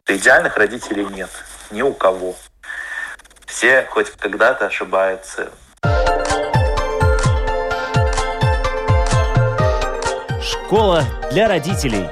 Идеальных родителей нет ни у кого. Все хоть когда-то ошибаются. Школа для родителей.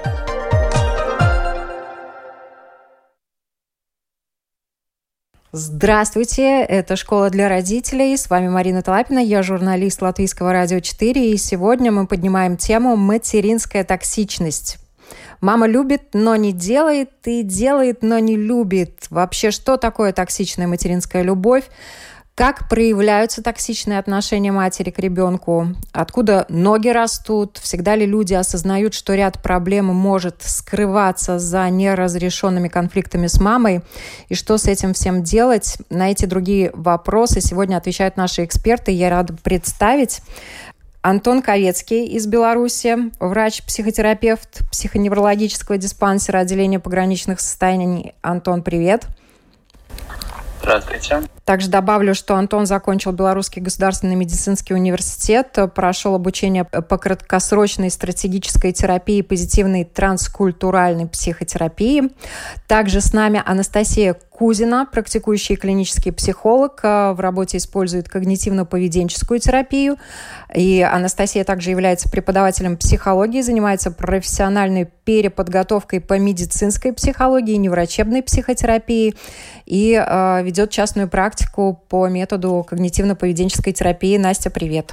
Здравствуйте, это «Школа для родителей». С вами Марина Талапина, я журналист Латвийского радио 4. И сегодня мы поднимаем тему «Материнская токсичность». Мама любит, но не делает, и делает, но не любит. Вообще, что такое токсичная материнская любовь? Как проявляются токсичные отношения матери к ребенку? Откуда ноги растут? Всегда ли люди осознают, что ряд проблем может скрываться за неразрешенными конфликтами с мамой? И что с этим всем делать? На эти другие вопросы сегодня отвечают наши эксперты. Я рада представить Антон Ковецкий из Беларуси, врач-психотерапевт психоневрологического диспансера отделения пограничных состояний. Антон, привет. Здравствуйте. Также добавлю, что Антон закончил Белорусский государственный медицинский университет, прошел обучение по краткосрочной стратегической терапии и позитивной транскультуральной психотерапии. Также с нами Анастасия Кузина, практикующий клинический психолог, в работе использует когнитивно-поведенческую терапию. И Анастасия также является преподавателем психологии, занимается профессиональной переподготовкой по медицинской психологии, неврачебной психотерапии и ведет частную практику по методу когнитивно-поведенческой терапии. Настя, привет.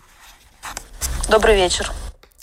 Добрый вечер.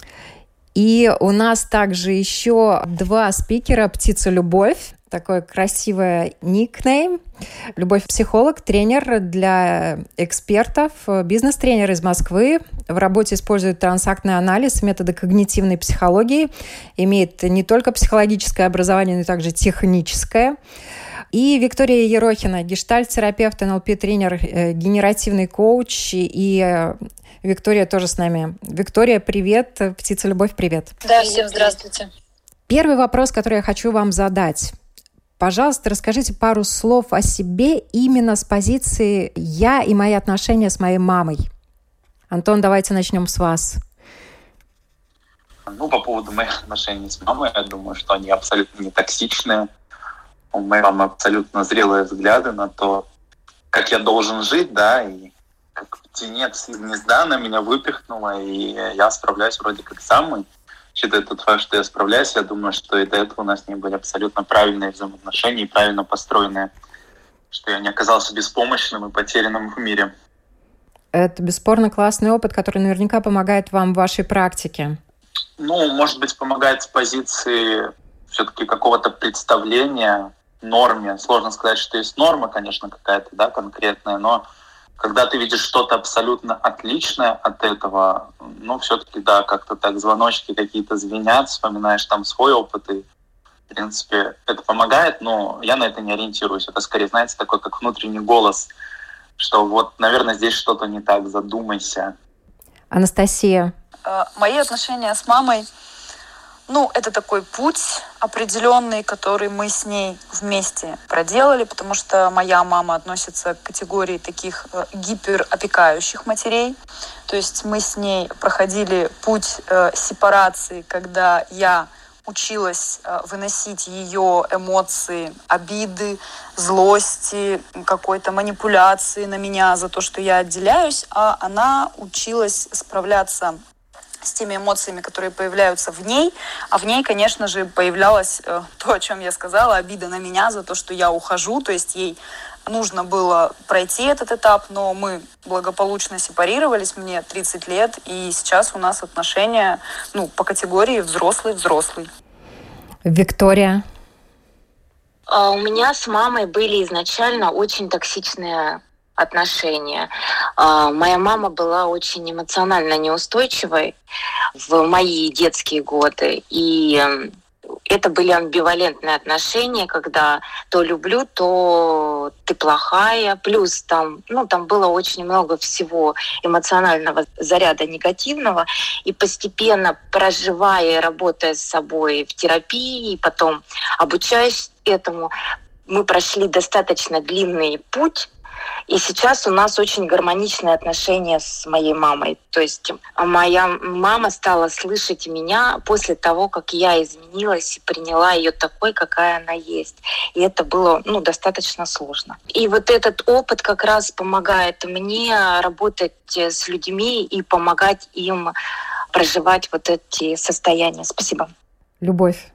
И у нас также еще два спикера «Птица Любовь». Такой красивый никнейм. Любовь-психолог, тренер для экспертов, бизнес-тренер из Москвы. В работе использует трансактный анализ, методы когнитивной психологии. Имеет не только психологическое образование, но и также техническое. И Виктория Ерохина, гештальт-терапевт, НЛП-тренер, генеративный коуч. И Виктория тоже с нами. Виктория, привет. Птица Любовь, привет. Да, всем здравствуйте. Первый вопрос, который я хочу вам задать. Пожалуйста, расскажите пару слов о себе именно с позиции «я» и мои отношения с моей мамой. Антон, давайте начнем с вас. По поводу моих отношений с мамой, я думаю, что они абсолютно не токсичные. У моей мамы абсолютно зрелые взгляды на то, как я должен жить, да, и как птенец из гнезда она меня выпихнула, и я справляюсь вроде как сам. Считаю тот факт, что я справляюсь, я думаю, что и до этого у нас не были абсолютно правильные взаимоотношения и правильно построенные, что я не оказался беспомощным и потерянным в мире. Это бесспорно классный опыт, который наверняка помогает вам в вашей практике. Может быть, помогает с позиции все-таки какого-то представления, норме. Сложно сказать, что есть норма, конечно, какая-то, да, конкретная, но когда ты видишь что-то абсолютно отличное от этого, все-таки, да, как-то так звоночки какие-то звенят, вспоминаешь там свой опыт, и, в принципе, это помогает, но я на это не ориентируюсь. Это скорее, знаете, такой, как внутренний голос, что наверное, здесь что-то не так, задумайся. Анастасия. Мои отношения с мамой, это такой путь определенный, который мы с ней вместе проделали, потому что моя мама относится к категории таких гиперопекающих матерей. То есть мы с ней проходили путь сепарации, когда я училась выносить ее эмоции, обиды, злости, какой-то манипуляции на меня за то, что я отделяюсь, а она училась справляться с теми эмоциями, которые появляются в ней. А в ней, конечно же, появлялось то, о чем я сказала, обида на меня за то, что я ухожу. То есть ей нужно было пройти этот этап, но мы благополучно сепарировались, мне 30 лет, и сейчас у нас отношения по категории взрослый-взрослый. Виктория. У меня с мамой были изначально очень токсичные отношения. Моя мама была очень эмоционально неустойчивой в мои детские годы. И это были амбивалентные отношения, когда то люблю, то ты плохая. Плюс там было очень много всего эмоционального заряда негативного. И постепенно проживая и работая с собой в терапии, и потом обучаясь этому, мы прошли достаточно длинный путь И сейчас у нас очень гармоничные отношения с моей мамой. То есть моя мама стала слышать меня после того, как я изменилась и приняла ее такой, какая она есть. И это было достаточно сложно. И вот этот опыт как раз помогает мне работать с людьми и помогать им проживать вот эти состояния. Спасибо. Любовь.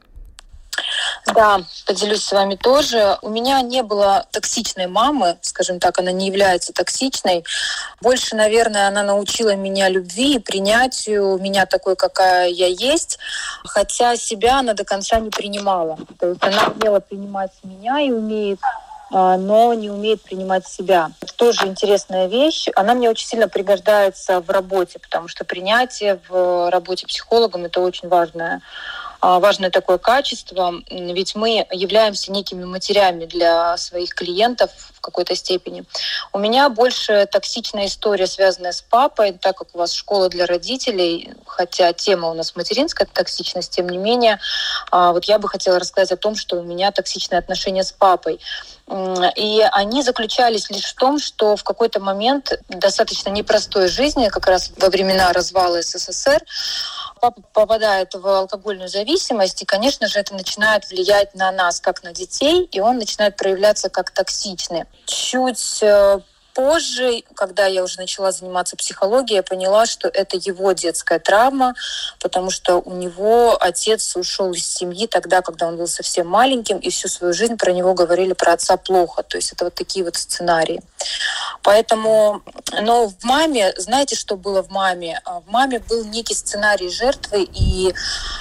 Да, поделюсь с вами тоже. У меня не было токсичной мамы, скажем так, она не является токсичной. Больше, наверное, она научила меня любви и принятию меня такой, какая я есть, хотя себя она до конца не принимала. То есть она умела принимать меня и умеет, но не умеет принимать себя. Это тоже интересная вещь. Она мне очень сильно пригождается в работе, потому что принятие в работе психологом — это очень важное такое качество, ведь мы являемся некими матерями для своих клиентов в какой-то степени. У меня больше токсичная история, связанная с папой, так как у вас школа для родителей, хотя тема у нас материнская токсичность, тем не менее, вот я бы хотела рассказать о том, что у меня токсичные отношения с папой. И они заключались лишь в том, что в какой-то момент достаточно непростой жизни, как раз во времена развала СССР, папа попадает в алкогольную зависимость, и, конечно же, это начинает влиять на нас, как на детей, и он начинает проявляться как токсичный. Чуть позже, когда я уже начала заниматься психологией, я поняла, что это его детская травма, потому что у него отец ушел из семьи тогда, когда он был совсем маленьким, и всю свою жизнь про него говорили, про отца плохо. То есть это вот такие вот сценарии. Поэтому, но в маме, знаете, что было в маме? В маме был некий сценарий жертвы и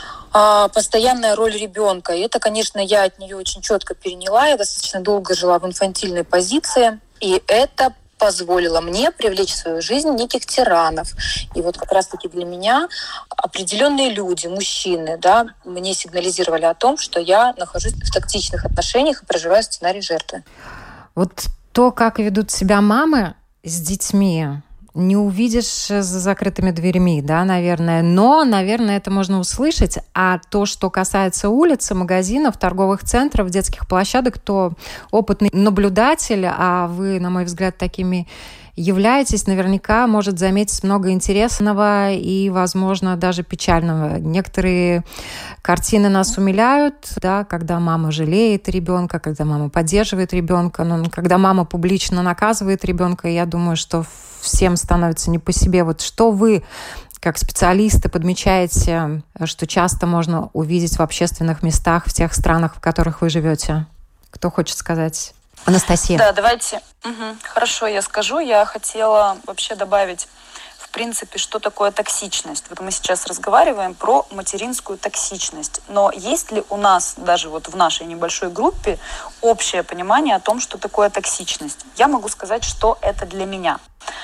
постоянная роль ребенка. И это, конечно, я от нее очень четко переняла. Я достаточно долго жила в инфантильной позиции, и это позволило мне привлечь в свою жизнь неких тиранов. И вот как раз-таки для меня определенные люди, мужчины, да, мне сигнализировали о том, что я нахожусь в токсичных отношениях и проживаю сценарий жертвы. Вот то, как ведут себя мамы с детьми, не увидишь за закрытыми дверьми, да, наверное. Но, наверное, это можно услышать. А то, что касается улицы, магазинов, торговых центров, детских площадок, то опытный наблюдатель, а вы, на мой взгляд, такими являетесь, наверняка может заметить много интересного и, возможно, даже печального. Некоторые картины нас умиляют, да, когда мама жалеет ребенка, когда мама поддерживает ребенка, но когда мама публично наказывает ребенка, я думаю, что всем становится не по себе. Вот что вы, как специалисты, подмечаете, что часто можно увидеть в общественных местах, в тех странах, в которых вы живете? Кто хочет сказать? Анастасия. Да, давайте. Хорошо, я скажу. Я хотела вообще добавить, в принципе, что такое токсичность. Вот мы сейчас разговариваем про материнскую токсичность. Но есть ли у нас, даже вот в нашей небольшой группе, общее понимание о том, что такое токсичность? Я могу сказать, что это для меня.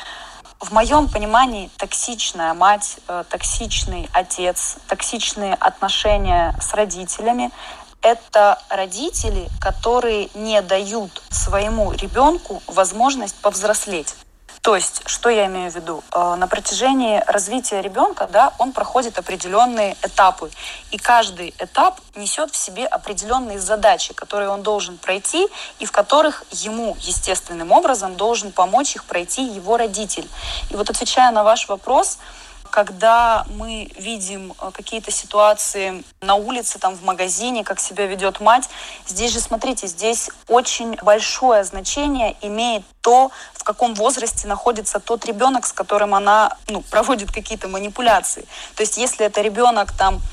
В моем понимании токсичная мать, токсичный отец, токсичные отношения с родителями — это родители, которые не дают своему ребенку возможность повзрослеть. То есть, что я имею в виду? На протяжении развития ребенка, да, он проходит определенные этапы. И каждый этап несет в себе определенные задачи, которые он должен пройти, и в которых ему естественным образом должен помочь их пройти его родитель. И вот, отвечая на ваш вопрос, когда мы видим какие-то ситуации на улице, там, в магазине, как себя ведет мать, здесь же, смотрите, здесь очень большое значение имеет то, в каком возрасте находится тот ребенок, с которым она проводит какие-то манипуляции. То есть если это ребенок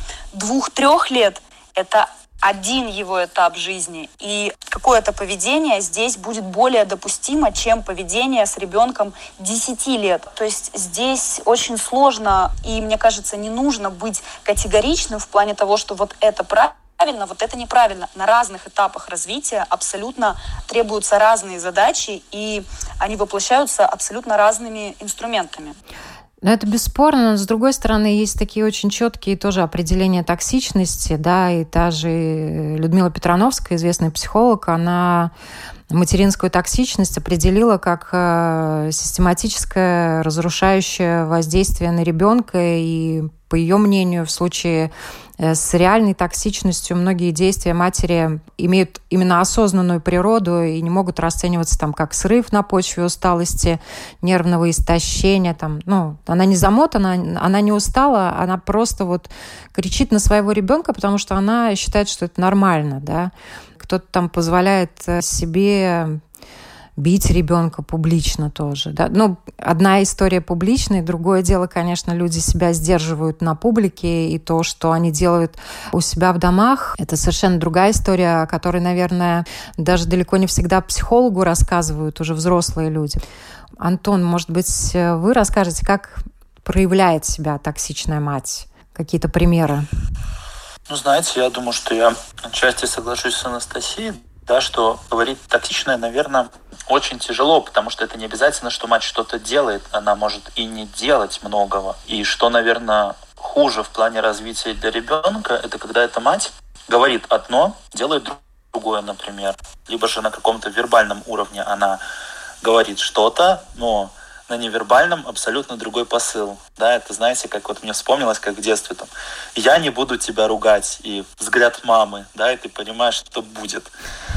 2-3 лет, это один его этап жизни, и какое-то поведение здесь будет более допустимо, чем поведение с ребенком 10 лет. То есть здесь очень сложно, и, мне кажется, не нужно быть категоричным в плане того, что вот это правильно, вот это неправильно. На разных этапах развития абсолютно требуются разные задачи, и они воплощаются абсолютно разными инструментами. Но это бесспорно, но с другой стороны, есть такие очень четкие тоже определения токсичности, да, и та же Людмила Петрановская, известный психолог, она материнскую токсичность определила как систематическое разрушающее воздействие на ребенка и По ее мнению, в случае с реальной токсичностью многие действия матери имеют именно осознанную природу и не могут расцениваться там как срыв на почве усталости, нервного истощения. Она не замотана, она не устала, она просто вот кричит на своего ребенка, потому что она считает, что это нормально, да. Кто-то там позволяет себе бить ребенка публично тоже. Да? Одна история публичная, другое дело, конечно, люди себя сдерживают на публике, и то, что они делают у себя в домах, это совершенно другая история, о которой, наверное, даже далеко не всегда психологу рассказывают уже взрослые люди. Антон, может быть, вы расскажете, как проявляет себя токсичная мать? Какие-то примеры? Знаете, я думаю, что я отчасти соглашусь с Анастасией, да, что говорить токсичное, наверное, очень тяжело, потому что это не обязательно, что мать что-то делает, она может и не делать многого. И что, наверное, хуже в плане развития для ребенка, это когда эта мать говорит одно, делает другое, например. Либо же на каком-то вербальном уровне она говорит что-то, но на невербальном абсолютно другой посыл. Да, это, знаете, как вот мне вспомнилось, как в детстве там, я не буду тебя ругать, и взгляд мамы, да, и ты понимаешь, что будет.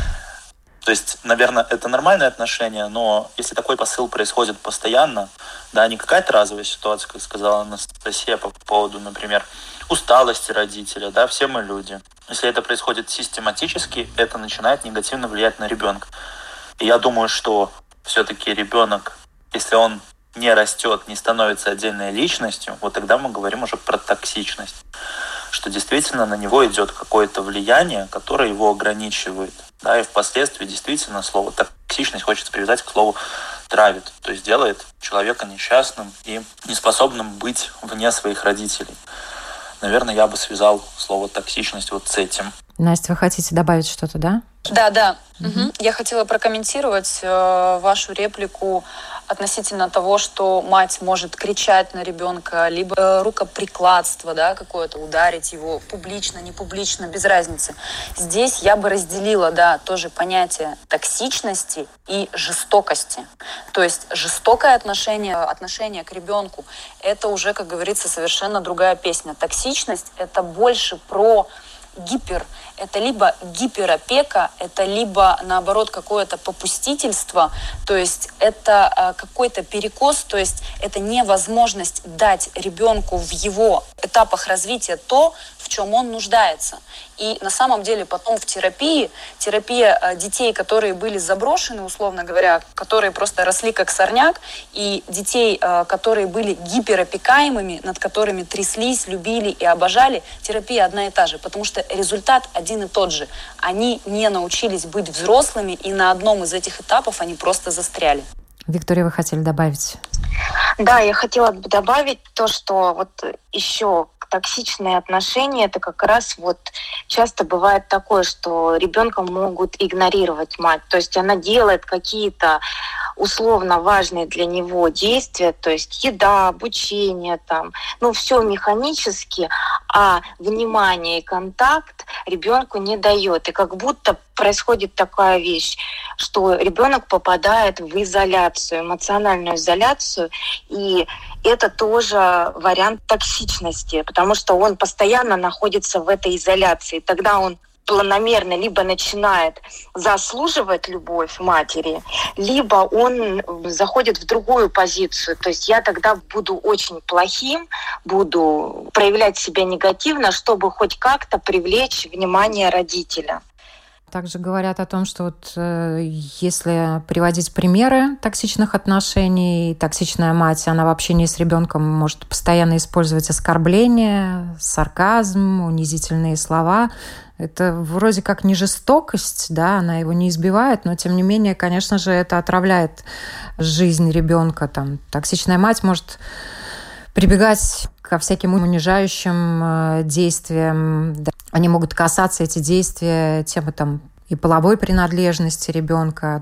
То есть, наверное, это нормальное отношение, но если такой посыл происходит постоянно, да, не какая-то разовая ситуация, как сказала Анастасия по поводу, например, усталости родителя, да, все мы люди. Если это происходит систематически, это начинает негативно влиять на ребенка. И я думаю, что все-таки ребенок, если он не растет, не становится отдельной личностью, вот тогда мы говорим уже про токсичность, что действительно на него идет какое-то влияние, которое его ограничивает. Да, и впоследствии действительно слово токсичность хочется привязать к слову травит, то есть делает человека несчастным и неспособным быть вне своих родителей. Наверное, я бы связал слово токсичность вот с этим. Настя, вы хотите добавить что-то, да? Да. Угу. Я хотела прокомментировать вашу реплику относительно того, что мать может кричать на ребенка, либо рукоприкладство, да, какое-то, ударить его публично, не публично, без разницы. Здесь я бы разделила, да, тоже понятие токсичности и жестокости. То есть жестокое отношение к ребенку, это уже, как говорится, совершенно другая песня. Токсичность — это больше про это либо гиперопека, это либо, наоборот, какое-то попустительство, то есть это какой-то перекос, то есть это невозможность дать ребенку в его этапах развития то, в чем он нуждается. И на самом деле потом в терапия детей, которые были заброшены, условно говоря, которые просто росли как сорняк, и детей, которые были гиперопекаемыми, над которыми тряслись, любили и обожали, терапия одна и та же, потому что результат один и тот же. Они не научились быть взрослыми, и на одном из этих этапов они просто застряли. Виктория, вы хотели добавить? Да, я хотела бы добавить то, что вот еще токсичные отношения, это как раз вот часто бывает такое, что ребенка могут игнорировать мать. То есть она делает какие-то условно важные для него действия, то есть еда, обучение, там, все механически, а внимание и контакт ребенку не дает. И как будто происходит такая вещь, что ребенок попадает в изоляцию, эмоциональную изоляцию, и это тоже вариант токсичности, потому что он постоянно находится в этой изоляции. Тогда он планомерно либо начинает заслуживать любовь матери, либо он заходит в другую позицию. То есть я тогда буду очень плохим, буду проявлять себя негативно, чтобы хоть как-то привлечь внимание родителя. Также говорят о том, что вот если приводить примеры токсичных отношений, токсичная мать, она в общении с ребенком может постоянно использовать оскорбления, сарказм, унизительные слова. Это вроде как не жестокость, да, она его не избивает, но тем не менее, конечно же, это отравляет жизнь ребенка. Там токсичная мать может прибегать ко всяким унижающим действиям. Да. Они могут касаться, эти действия, темы там и половой принадлежности ребенка,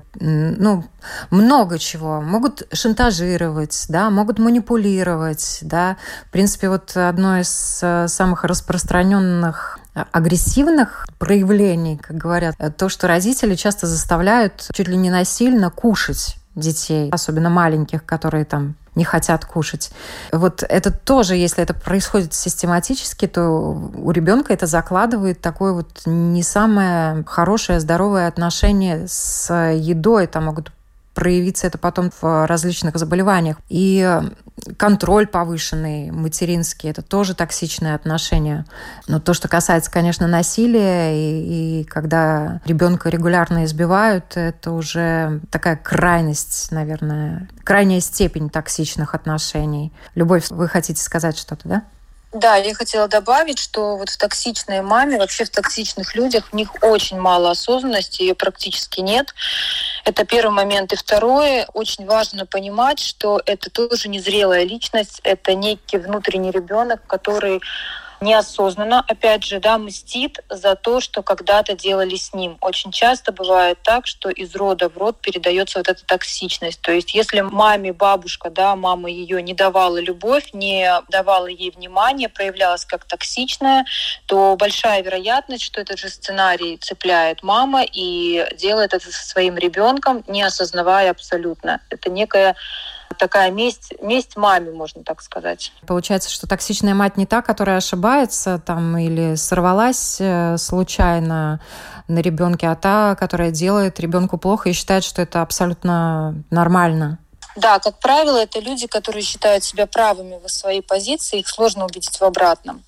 много чего. Могут шантажировать, да, могут манипулировать, да. В принципе, вот одно из самых распространенных агрессивных проявлений, как говорят, то, что родители часто заставляют чуть ли не насильно кушать детей, особенно маленьких, которые там не хотят кушать. Вот это тоже, если это происходит систематически, то у ребенка это закладывает такое вот не самое хорошее, здоровое отношение с едой. Там могут проявиться это потом в различных заболеваниях. И контроль повышенный, материнский, это тоже токсичные отношения. Но то, что касается, конечно, насилия, и когда ребенка регулярно избивают, это уже такая крайность, наверное, крайняя степень токсичных отношений. Любовь, вы хотите сказать что-то, да? Да, я хотела добавить, что вот в токсичной маме, вообще в токсичных людях, в них очень мало осознанности, ее практически нет. Это первый момент. И второе, очень важно понимать, что это тоже незрелая личность, это некий внутренний ребенок, который неосознанно, опять же, да, мстит за то, что когда-то делали с ним. Очень часто бывает так, что из рода в род передается вот эта токсичность. То есть если маме бабушка, да, мама ее не давала любовь, не давала ей внимания, проявлялась как токсичная, то большая вероятность, что этот же сценарий цепляет мама и делает это со своим ребенком, не осознавая абсолютно. Это некая такая месть маме, можно так сказать. Получается, что токсичная мать не та, которая ошибается там, или сорвалась случайно на ребенке, а та, которая делает ребенку плохо и считает, что это абсолютно нормально. Да, как правило, это люди, которые считают себя правыми в своей позиции, их сложно убедить в обратном.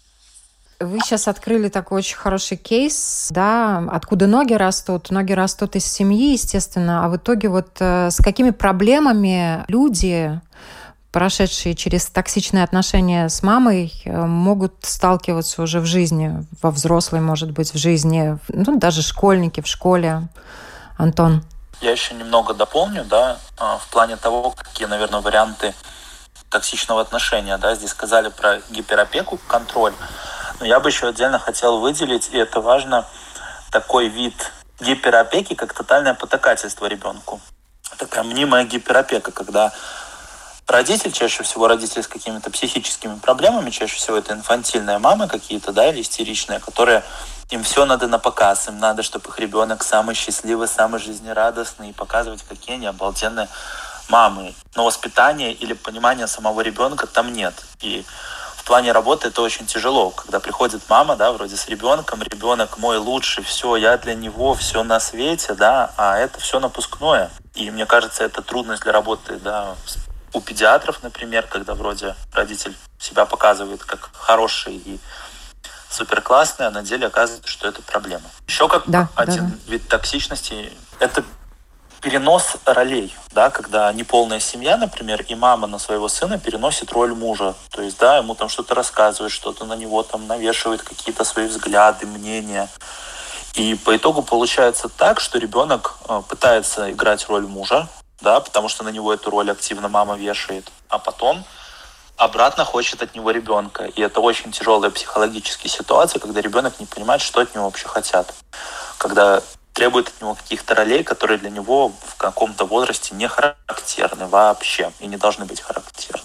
Вы сейчас открыли такой очень хороший кейс, да, откуда ноги растут. Ноги растут из семьи, естественно, а в итоге вот с какими проблемами люди, прошедшие через токсичные отношения с мамой, могут сталкиваться уже в жизни, во взрослой, может быть, в жизни, ну, даже школьники в школе. Антон. Я еще немного дополню, да, в плане того, какие, наверное, варианты токсичного отношения, да, здесь сказали про гиперопеку, контроль. Но я бы еще отдельно хотел выделить, и это важно, такой вид гиперопеки, как тотальное потакательство ребенку. Такая мнимая гиперопека, когда родитель, чаще всего родители с какими-то психическими проблемами, чаще всего это инфантильные мамы какие-то, да, или истеричные, которые им все надо на показ, им надо, чтобы их ребенок самый счастливый, самый жизнерадостный, и показывать, какие они обалденные мамы. Но воспитания или понимания самого ребенка там нет. И в плане работы это очень тяжело, когда приходит мама, да, вроде с ребенком, ребенок мой лучший, все, я для него, все на свете, да, а это все напускное. И мне кажется, это трудность для работы, да, у педиатров, например, когда вроде родитель себя показывает как хороший и суперклассный, а на деле оказывается, что это проблема. Еще как один вид токсичности – это перенос ролей, да, когда неполная семья, например, и мама на своего сына переносит роль мужа. То есть, да, ему там что-то рассказывает, что-то на него там навешивает, какие-то свои взгляды, мнения. И по итогу получается так, что ребенок пытается играть роль мужа, да, потому что на него эту роль активно мама вешает, а потом обратно хочет от него ребенка. И это очень тяжелая психологическая ситуация, когда ребенок не понимает, что от него вообще хотят. Когда требует от него каких-то ролей, которые для него в каком-то возрасте не характерны вообще и не должны быть характерны.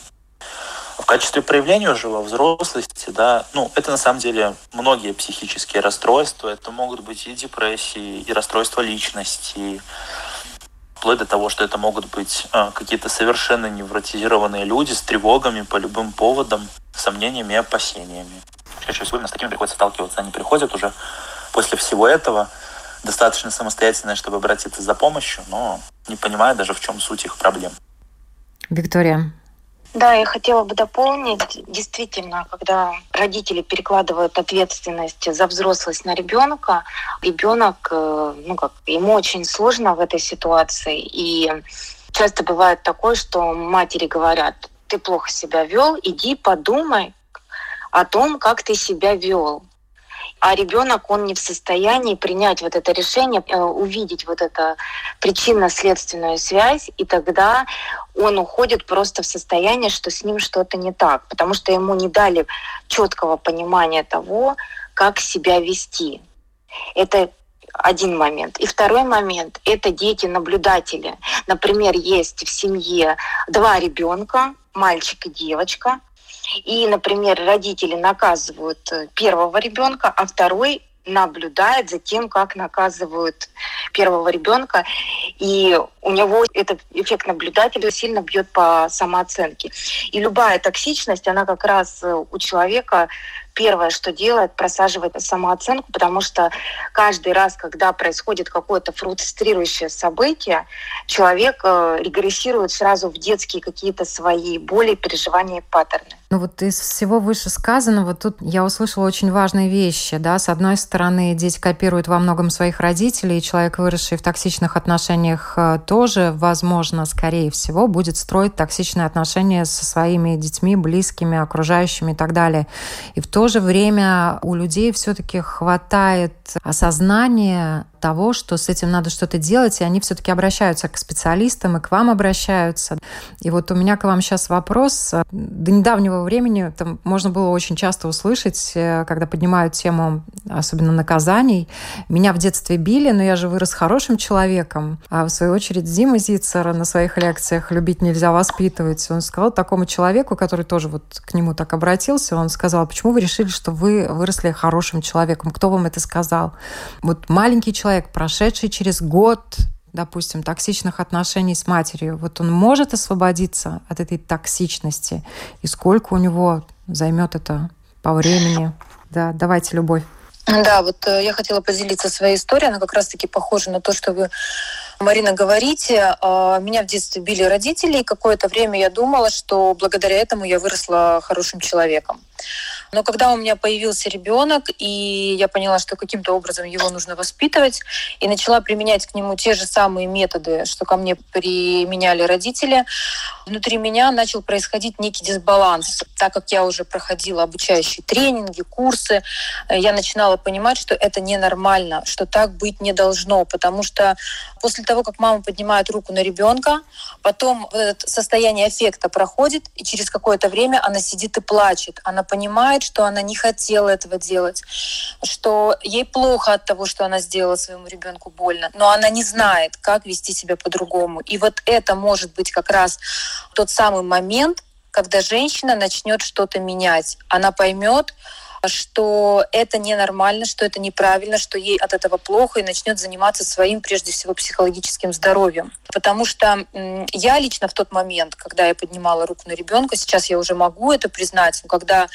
В качестве проявления уже во взрослости, да, ну, это на самом деле многие психические расстройства, это могут быть и депрессии, и расстройства личности, вплоть до того, что это могут быть какие-то совершенно невротизированные люди с тревогами по любым поводам, сомнениями и опасениями. Чаще всего именно с такими приходится сталкиваться. Они приходят уже после всего этого достаточно самостоятельные, чтобы обратиться за помощью, но не понимая даже, в чем суть их проблем. Виктория. Да, я хотела бы дополнить. Действительно, когда родители перекладывают ответственность за взрослость на ребенка, ребенок, ему очень сложно в этой ситуации. И часто бывает такое, что матери говорят: ты плохо себя вел, иди подумай о том, как ты себя вел. А ребенок, он не в состоянии принять вот это решение, увидеть вот эту причинно-следственную связь, и тогда он уходит просто в состояние, что с ним что-то не так, потому что ему не дали четкого понимания того, как себя вести. Это один момент. И второй момент — это дети-наблюдатели. Например, есть в семье 2 ребенка, мальчик и девочка, и, например, родители наказывают первого ребенка, а второй наблюдает за тем, как наказывают первого ребенка, и у него этот эффект наблюдателя сильно бьет по самооценке. И любая токсичность, она как раз у человека первое, что делает, просаживает самооценку, потому что каждый раз, когда происходит какое-то фрустрирующее событие, человек регрессирует сразу в детские какие-то свои боли, переживания и паттерны. Ну вот из всего вышесказанного тут я услышала очень важные вещи. Да? С одной стороны, дети копируют во многом своих родителей, и человек, выросший в токсичных отношениях, тоже, возможно, скорее всего, будет строить токсичные отношения со своими детьми, близкими, окружающими и так далее. И в то же время у людей все-таки хватает осознания того, что с этим надо что-то делать, и они все-таки обращаются к специалистам, и к вам обращаются. И вот у меня к вам сейчас вопрос. До недавнего времени там можно было очень часто услышать, когда поднимают тему, особенно наказаний. Меня в детстве били, но я же вырос хорошим человеком. А в свою очередь Дима Зицер на своих лекциях «Любить нельзя воспитывать». Он сказал такому человеку, который тоже вот к нему так обратился, он сказал: почему вы решили, что вы выросли хорошим человеком? Кто вам это сказал? Вот маленький человек, прошедший через год, допустим, токсичных отношений с матерью, вот он может освободиться от этой токсичности? И сколько у него займет это по времени? Да, давайте, Любовь. Да, вот я хотела поделиться своей историей. Она как раз-таки похожа на то, что вы, Марина, говорите. Меня в детстве били родители, и какое-то время я думала, что благодаря этому я выросла хорошим человеком. Но когда у меня появился ребенок, и я поняла, что каким-то образом его нужно воспитывать, и начала применять к нему те же самые методы, что ко мне применяли родители, внутри меня начал происходить некий дисбаланс. Так как я уже проходила обучающие тренинги, курсы, я начинала понимать, что это ненормально, что так быть не должно, потому что после того, как мама поднимает руку на ребенка, потом это состояние аффекта проходит, и через какое-то время она сидит и плачет. Она понимает, что она не хотела этого делать, что ей плохо от того, что она сделала своему ребенку больно, но она не знает, как вести себя по-другому. И вот это может быть как раз тот самый момент, когда женщина начнет что-то менять. Она поймет, что это ненормально, что это неправильно, что ей от этого плохо, и начнет заниматься своим, прежде всего, психологическим здоровьем. Потому что я лично в тот момент, когда я поднимала руку на ребенка, сейчас я уже могу это признать, но когда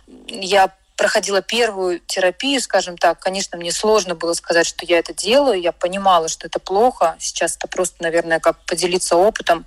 я проходила первую терапию, скажем так, конечно, мне сложно было сказать, что я это делаю, я понимала, что это плохо, сейчас это просто, наверное, как поделиться опытом.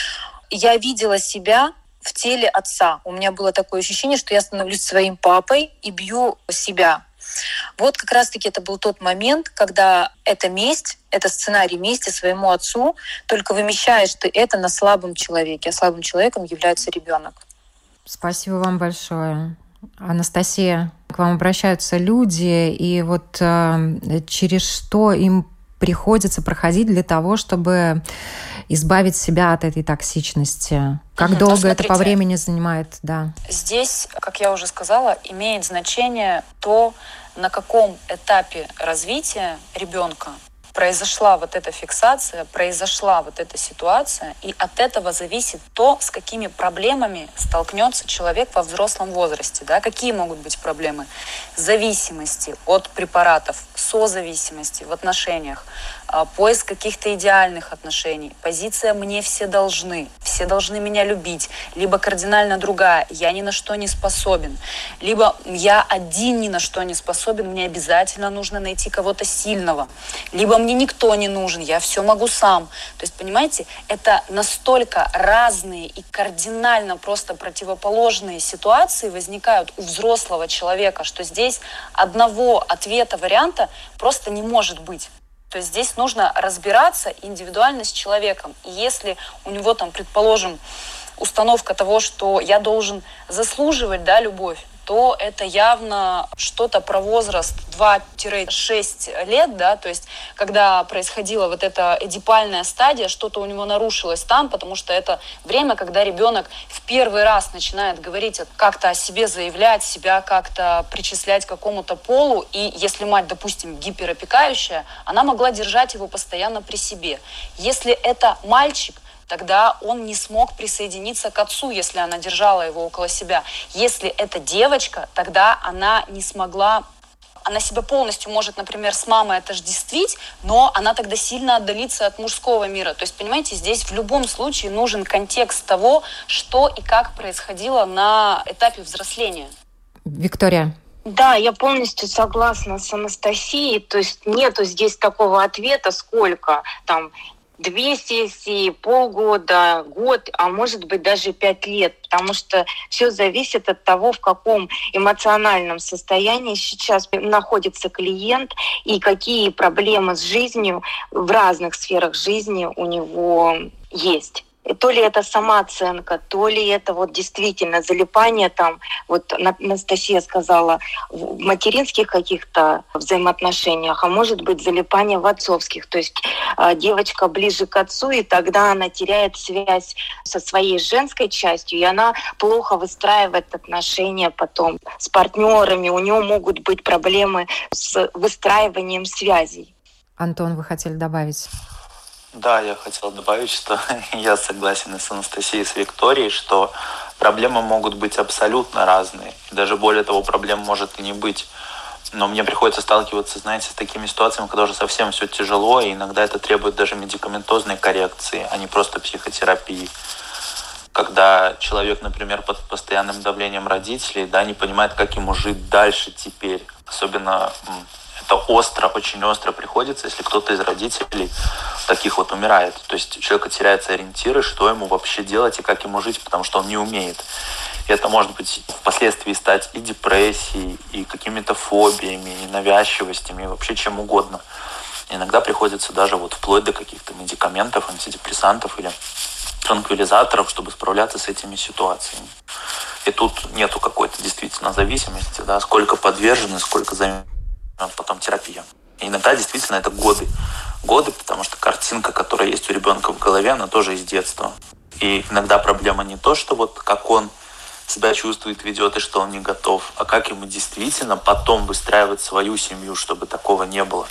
Я видела себя в теле отца. У меня было такое ощущение, что я становлюсь своим папой и бью себя. Вот как раз-таки это был тот момент, когда эта месть, это сценарий мести своему отцу, только вымещаешь ты это на слабом человеке, а слабым человеком является ребенок. Спасибо вам большое. Анастасия, к вам обращаются люди, и вот через что им приходится проходить для того, чтобы избавить себя от этой токсичности? Как долго это по времени занимает? Да. Здесь, как я уже сказала, имеет значение то, на каком этапе развития ребенка произошла вот эта фиксация, произошла вот эта ситуация, и от этого зависит то, с какими проблемами столкнется человек во взрослом возрасте. Да? Какие могут быть проблемы? Зависимости от препаратов, созависимости в отношениях, поиск каких-то идеальных отношений, позиция «мне все должны меня любить», либо кардинально другая «я ни на что не способен», либо «я один ни на что не способен, мне обязательно нужно найти кого-то сильного», либо «мне никто не нужен, я все могу сам». То есть, понимаете, это настолько разные и кардинально просто противоположные ситуации возникают у взрослого человека, что здесь одного ответа, варианта просто не может быть. То есть здесь нужно разбираться индивидуально с человеком. И если у него там, предположим, установка того, что я должен заслуживать, да, любовь, то это явно что-то про возраст 2-6 лет, да, то есть когда происходила вот эта эдипальная стадия, что-то у него нарушилось там, потому что это время, когда ребенок в первый раз начинает говорить, как-то о себе заявлять, себя как-то причислять к какому-то полу, и если мать, допустим, гиперопекающая, она могла держать его постоянно при себе. Если это мальчик, тогда он не смог присоединиться к отцу, если она держала его около себя. Если это девочка, тогда она не смогла она себя полностью может, например, с мамой отождествить, но она тогда сильно отдалится от мужского мира. То есть, понимаете, здесь в любом случае нужен контекст того, что и как происходило на этапе взросления. Виктория. Да, я полностью согласна с Анастасией. То есть нету здесь такого ответа, сколько там 2 сессии, полгода, год, а может быть даже 5 лет, потому что все зависит от того, в каком эмоциональном состоянии сейчас находится клиент и какие проблемы с жизнью в разных сферах жизни у него есть. То ли это самооценка, то ли это вот действительно залипание там, вот Анастасия сказала, в материнских каких-то взаимоотношениях, а может быть залипание в отцовских. То есть девочка ближе к отцу, и тогда она теряет связь со своей женской частью, и она плохо выстраивает отношения потом с партнерами. У нее могут быть проблемы с выстраиванием связей. Антон, вы хотели добавить? Да, я хотел добавить, что я согласен и с Анастасией, и с Викторией, что проблемы могут быть абсолютно разные. Даже более того, проблем может и не быть. Но мне приходится сталкиваться, знаете, с такими ситуациями, когда уже совсем все тяжело, и иногда это требует даже медикаментозной коррекции, а не просто психотерапии. Когда человек, например, под постоянным давлением родителей, да, не понимает, как ему жить дальше теперь. Особенно это очень остро приходится, если кто-то из родителей таких вот умирает. То есть у человека теряются ориентиры, что ему вообще делать и как ему жить, потому что он не умеет. И это может быть впоследствии стать и депрессией, и какими-то фобиями, и навязчивостями, и вообще чем угодно. Иногда приходится даже вот вплоть до каких-то медикаментов, антидепрессантов или транквилизаторов, чтобы справляться с этими ситуациями. И тут нету какой-то действительно зависимости, да, сколько подвержены, сколько займет потом терапия. И иногда действительно это годы, потому что картинка, которая есть у ребенка в голове, она тоже из детства. И иногда проблема не то, что вот как он себя чувствует, ведет и что он не готов, а как ему действительно потом выстраивать свою семью, чтобы такого не было.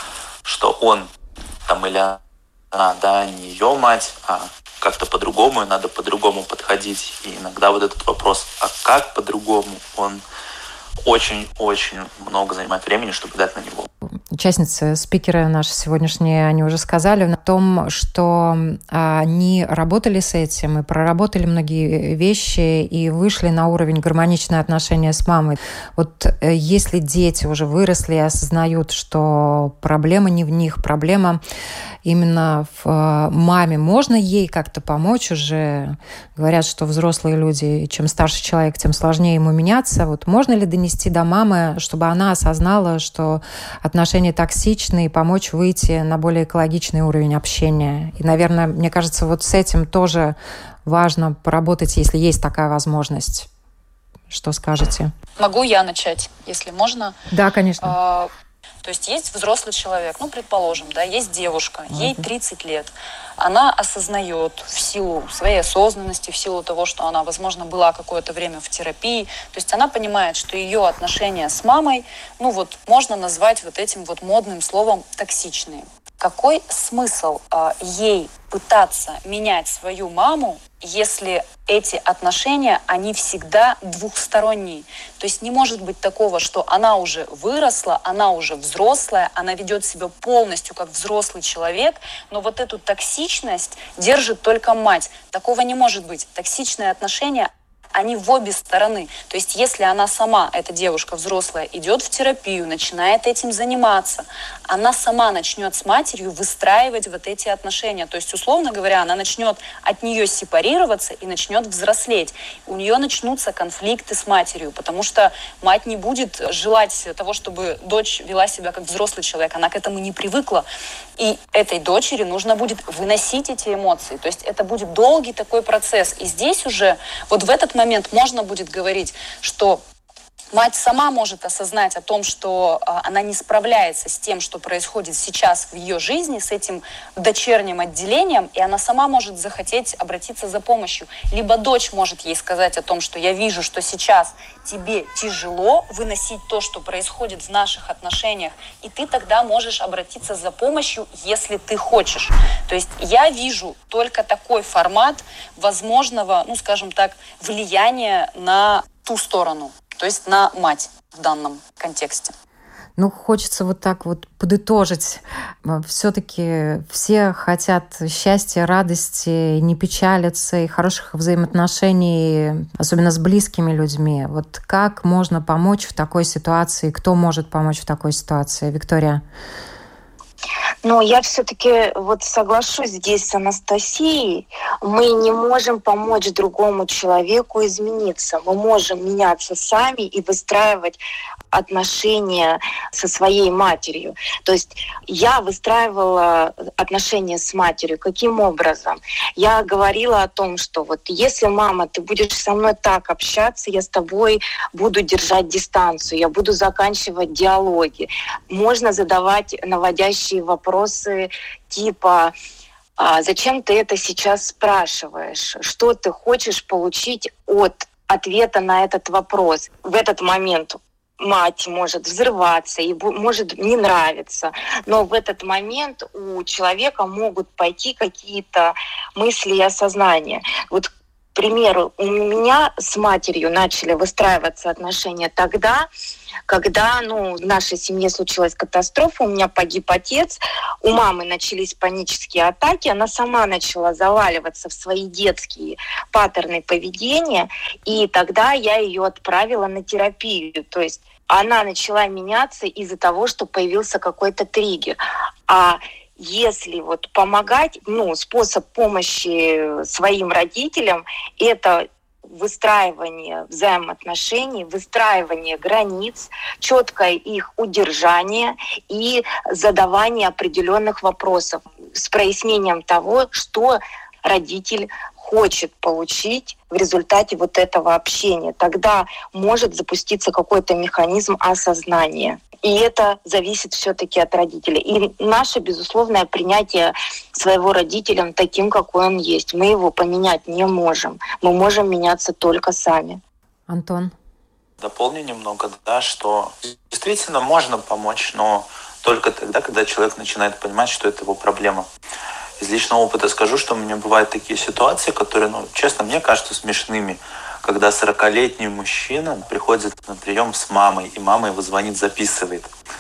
Что он там или она, да, не ее мать, а как-то по-другому, и надо по-другому подходить. И иногда вот этот вопрос, а как по-другому, он очень-очень много занимает времени, чтобы дать на него. Участницы, спикеры наши сегодняшние, они уже сказали о том, что они работали с этим и проработали многие вещи и вышли на уровень гармоничные отношения с мамой. Вот если дети уже выросли и осознают, что проблема не в них, проблема именно в маме, можно ей как-то помочь уже? Говорят, что взрослые люди, чем старше человек, тем сложнее ему меняться. Вот можно ли донести до мамы, чтобы она осознала, что отношения токсичные, и помочь выйти на более экологичный уровень общения? И, наверное, мне кажется, вот с этим тоже важно поработать, если есть такая возможность. Что скажете? Могу я начать, если можно? Да, конечно. То есть есть взрослый человек, предположим, да, есть девушка, ей 30 лет. Она осознает в силу своей осознанности, в силу того, что она, возможно, была какое-то время в терапии, то есть она понимает, что ее отношения с мамой, можно назвать вот этим вот модным словом токсичные. Какой смысл ей пытаться менять свою маму, если эти отношения, они всегда двухсторонние? То есть не может быть такого, что она уже выросла, она уже взрослая, она ведет себя полностью как взрослый человек, но вот эту токсичность держит только мать. Такого не может быть. Токсичные отношения, они в обе стороны. То есть если она сама, эта девушка взрослая, идет в терапию, начинает этим заниматься, она сама начнет с матерью выстраивать вот эти отношения. То есть, условно говоря, она начнет от нее сепарироваться и начнет взрослеть. У нее начнутся конфликты с матерью, потому что мать не будет желать того, чтобы дочь вела себя как взрослый человек. Она к этому не привыкла. И этой дочери нужно будет выносить эти эмоции. То есть это будет долгий такой процесс. И здесь уже, вот в этот момент можно будет говорить, что мать сама может осознать о том, что она не справляется с тем, что происходит сейчас в ее жизни, с этим дочерним отделением, и она сама может захотеть обратиться за помощью. Либо дочь может ей сказать о том, что я вижу, что сейчас тебе тяжело выносить то, что происходит в наших отношениях, и ты тогда можешь обратиться за помощью, если ты хочешь. То есть я вижу только такой формат возможного, влияния на ту сторону. То есть на мать в данном контексте. Хочется вот так вот подытожить. Все-таки все хотят счастья, радости, не печалиться и хороших взаимоотношений, особенно с близкими людьми. Вот как можно помочь в такой ситуации? Кто может помочь в такой ситуации? Виктория? Я все-таки соглашусь здесь с Анастасией. Мы не можем помочь другому человеку измениться. Мы можем меняться сами и выстраивать отношения со своей матерью. То есть я выстраивала отношения с матерью. Каким образом? Я говорила о том, что если, мама, ты будешь со мной так общаться, я с тобой буду держать дистанцию, я буду заканчивать диалоги. Можно задавать наводящие вопросы типа: зачем ты это сейчас спрашиваешь? Что ты хочешь получить от ответа на этот вопрос? В этот момент мать может взрываться и может не нравиться, но в этот момент у человека могут пойти какие-то мысли и осознания. К примеру, у меня с матерью начали выстраиваться отношения тогда, когда в нашей семье случилась катастрофа, у меня погиб отец, у мамы начались панические атаки, она сама начала заваливаться в свои детские паттерны поведения, и тогда я ее отправила на терапию. То есть она начала меняться из-за того, что появился какой-то триггер. А если помогать, способ помощи своим родителям — это выстраивание взаимоотношений, выстраивание границ, четкое их удержание и задавание определенных вопросов с прояснением того, что родитель хочет получить в результате этого общения. Тогда может запуститься какой-то механизм осознания. И это зависит все-таки от родителя. И наше безусловное принятие своего родителя таким, какой он есть. Мы его поменять не можем. Мы можем меняться только сами. Антон? Дополню немного, что действительно можно помочь, но только тогда, когда человек начинает понимать, что это его проблема. Из личного опыта скажу, что у меня бывают такие ситуации, которые, честно, мне кажутся смешными. Когда 40-летний мужчина приходит на прием с мамой, и мама его звонит, записывает.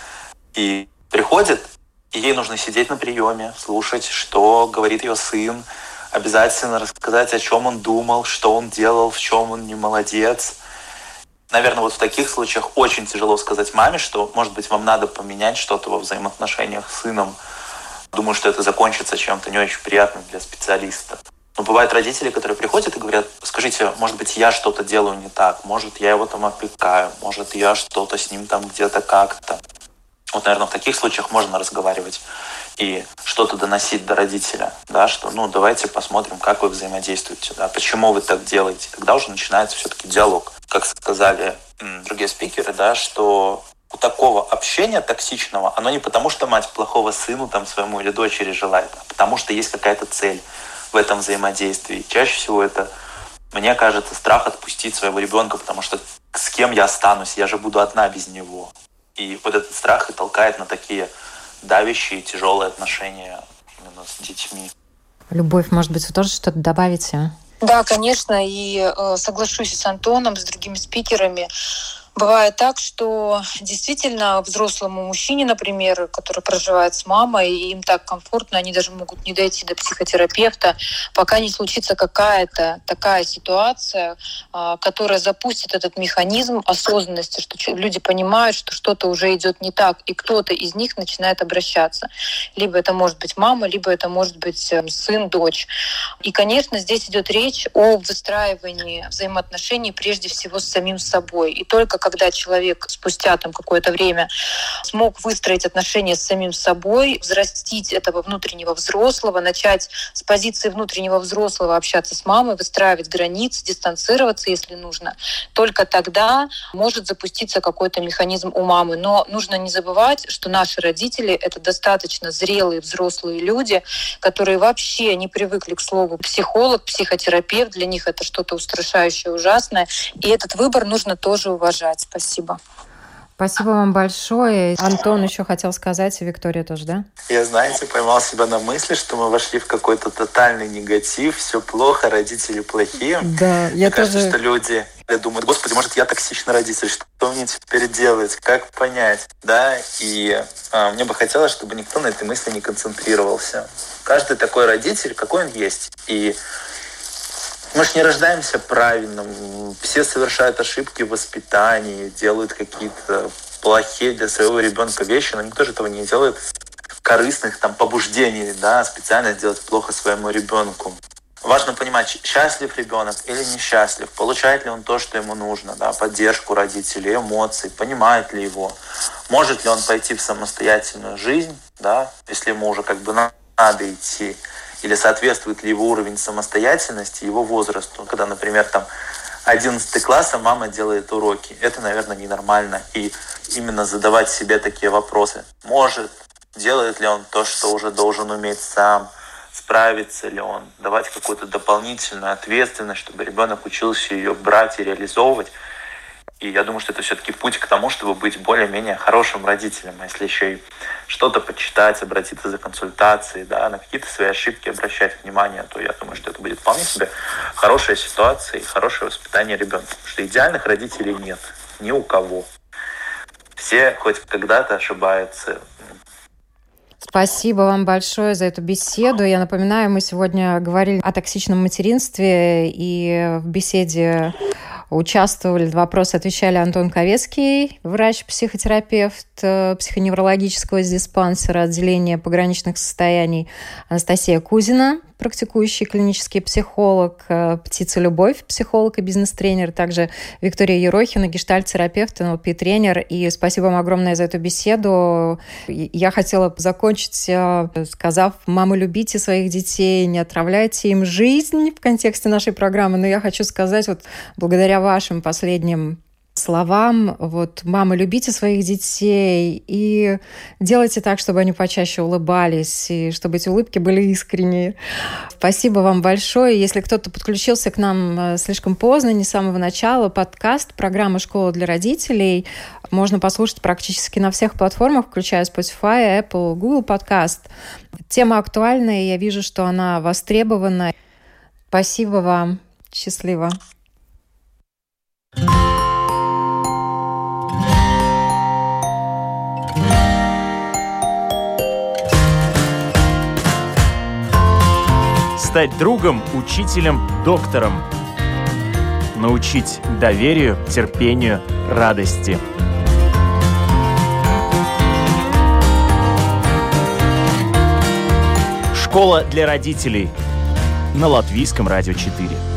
И приходит, и ей нужно сидеть на приеме, слушать, что говорит ее сын, обязательно рассказать, о чем он думал, что он делал, в чем он не молодец. Наверное, в таких случаях очень тяжело сказать маме, что, может быть, вам надо поменять что-то во взаимоотношениях с сыном. Думаю, что это закончится чем-то не очень приятным для специалиста. Но бывают родители, которые приходят и говорят: скажите, может быть, я что-то делаю не так, может, я его опекаю, может, я что-то с ним где-то как-то. Наверное, в таких случаях можно разговаривать и что-то доносить до родителя, что, давайте посмотрим, как вы взаимодействуете, почему вы так делаете. Тогда уже начинается все-таки диалог. Как сказали другие спикеры, что у такого общения токсичного, оно не потому, что мать плохого сыну своему или дочери желает, а потому что есть какая-то цель в этом взаимодействии. Чаще всего это, мне кажется, страх отпустить своего ребенка, потому что с кем я останусь, я же буду одна без него. И этот страх и толкает на такие давящие, тяжелые отношения именно с детьми. Любовь, может быть, вы тоже что-то добавите? Да, конечно, и соглашусь с Антоном, с другими спикерами. Бывает так, что действительно взрослому мужчине, например, который проживает с мамой, и им так комфортно, они даже могут не дойти до психотерапевта, пока не случится какая-то такая ситуация, которая запустит этот механизм осознанности, что люди понимают, что что-то уже идет не так, и кто-то из них начинает обращаться. Либо это может быть мама, либо это может быть сын, дочь. И, конечно, здесь идет речь о выстраивании взаимоотношений прежде всего с самим собой. И только когда человек спустя какое-то время смог выстроить отношения с самим собой, взрастить этого внутреннего взрослого, начать с позиции внутреннего взрослого общаться с мамой, выстраивать границы, дистанцироваться, если нужно, только тогда может запуститься какой-то механизм у мамы. Но нужно не забывать, что наши родители — это достаточно зрелые взрослые люди, которые вообще не привыкли к слову психолог, психотерапевт. Для них это что-то устрашающее, ужасное. И этот выбор нужно тоже уважать. Спасибо. Спасибо вам большое. Антон еще хотел сказать, и Виктория тоже, да? Я, поймал себя на мысли, что мы вошли в какой-то тотальный негатив, все плохо, родители плохие. Да, Мне кажется, что люди думают: господи, может, я токсичный родитель, что мне теперь делать, как понять, да? И мне бы хотелось, чтобы никто на этой мысли не концентрировался. Каждый такой родитель, какой он есть. И мы же не рождаемся правильным. Все совершают ошибки в воспитании, делают какие-то плохие для своего ребенка вещи, но никто же этого не делает корыстных побуждений, да, специально сделать плохо своему ребенку. Важно понимать, счастлив ребенок или несчастлив, получает ли он то, что ему нужно, да, поддержку родителей, эмоции, понимает ли его, может ли он пойти в самостоятельную жизнь, да, если ему уже надо идти, или соответствует ли его уровень самостоятельности его возрасту. Когда, например, 11 класс, а мама делает уроки, это, наверное, ненормально. И именно задавать себе такие вопросы. Делает ли он то, что уже должен уметь сам, справится ли он, давать какую-то дополнительную ответственность, чтобы ребенок учился ее брать и реализовывать. И я думаю, что это все-таки путь к тому, чтобы быть более-менее хорошим родителем. А если еще и что-то почитать, обратиться за консультацией, да, на какие-то свои ошибки обращать внимание, то я думаю, что это будет вполне себе хорошая ситуация и хорошее воспитание ребенка. Потому что идеальных родителей нет ни у кого. Все хоть когда-то ошибаются. Спасибо вам большое за эту беседу. Я напоминаю, мы сегодня говорили о токсичном материнстве, и в беседе участвовали, вопросы отвечали Антон Ковецкий, врач-психотерапевт психоневрологического диспансера отделения пограничных состояний, Анастасия Кузина, практикующий клинический психолог, Птица Любовь, психолог и бизнес-тренер, также Виктория Ерохина, гештальт-терапевт, НЛП-тренер. И спасибо вам огромное за эту беседу. Я хотела закончить, сказав: мамы, любите своих детей, не отравляйте им жизнь в контексте нашей программы. Но я хочу сказать, благодаря вашим последним словам, мамы, любите своих детей и делайте так, чтобы они почаще улыбались, и чтобы эти улыбки были искренние. Спасибо вам большое. Если кто-то подключился к нам слишком поздно, не с самого начала, подкаст программы «Школа для родителей» можно послушать практически на всех платформах, включая Spotify, Apple, Google Podcast. Тема актуальная, и я вижу, что она востребована. Спасибо вам. Счастливо. Стать другом, учителем, доктором. Научить доверию, терпению, радости. Школа для родителей на Латвийском радио 4.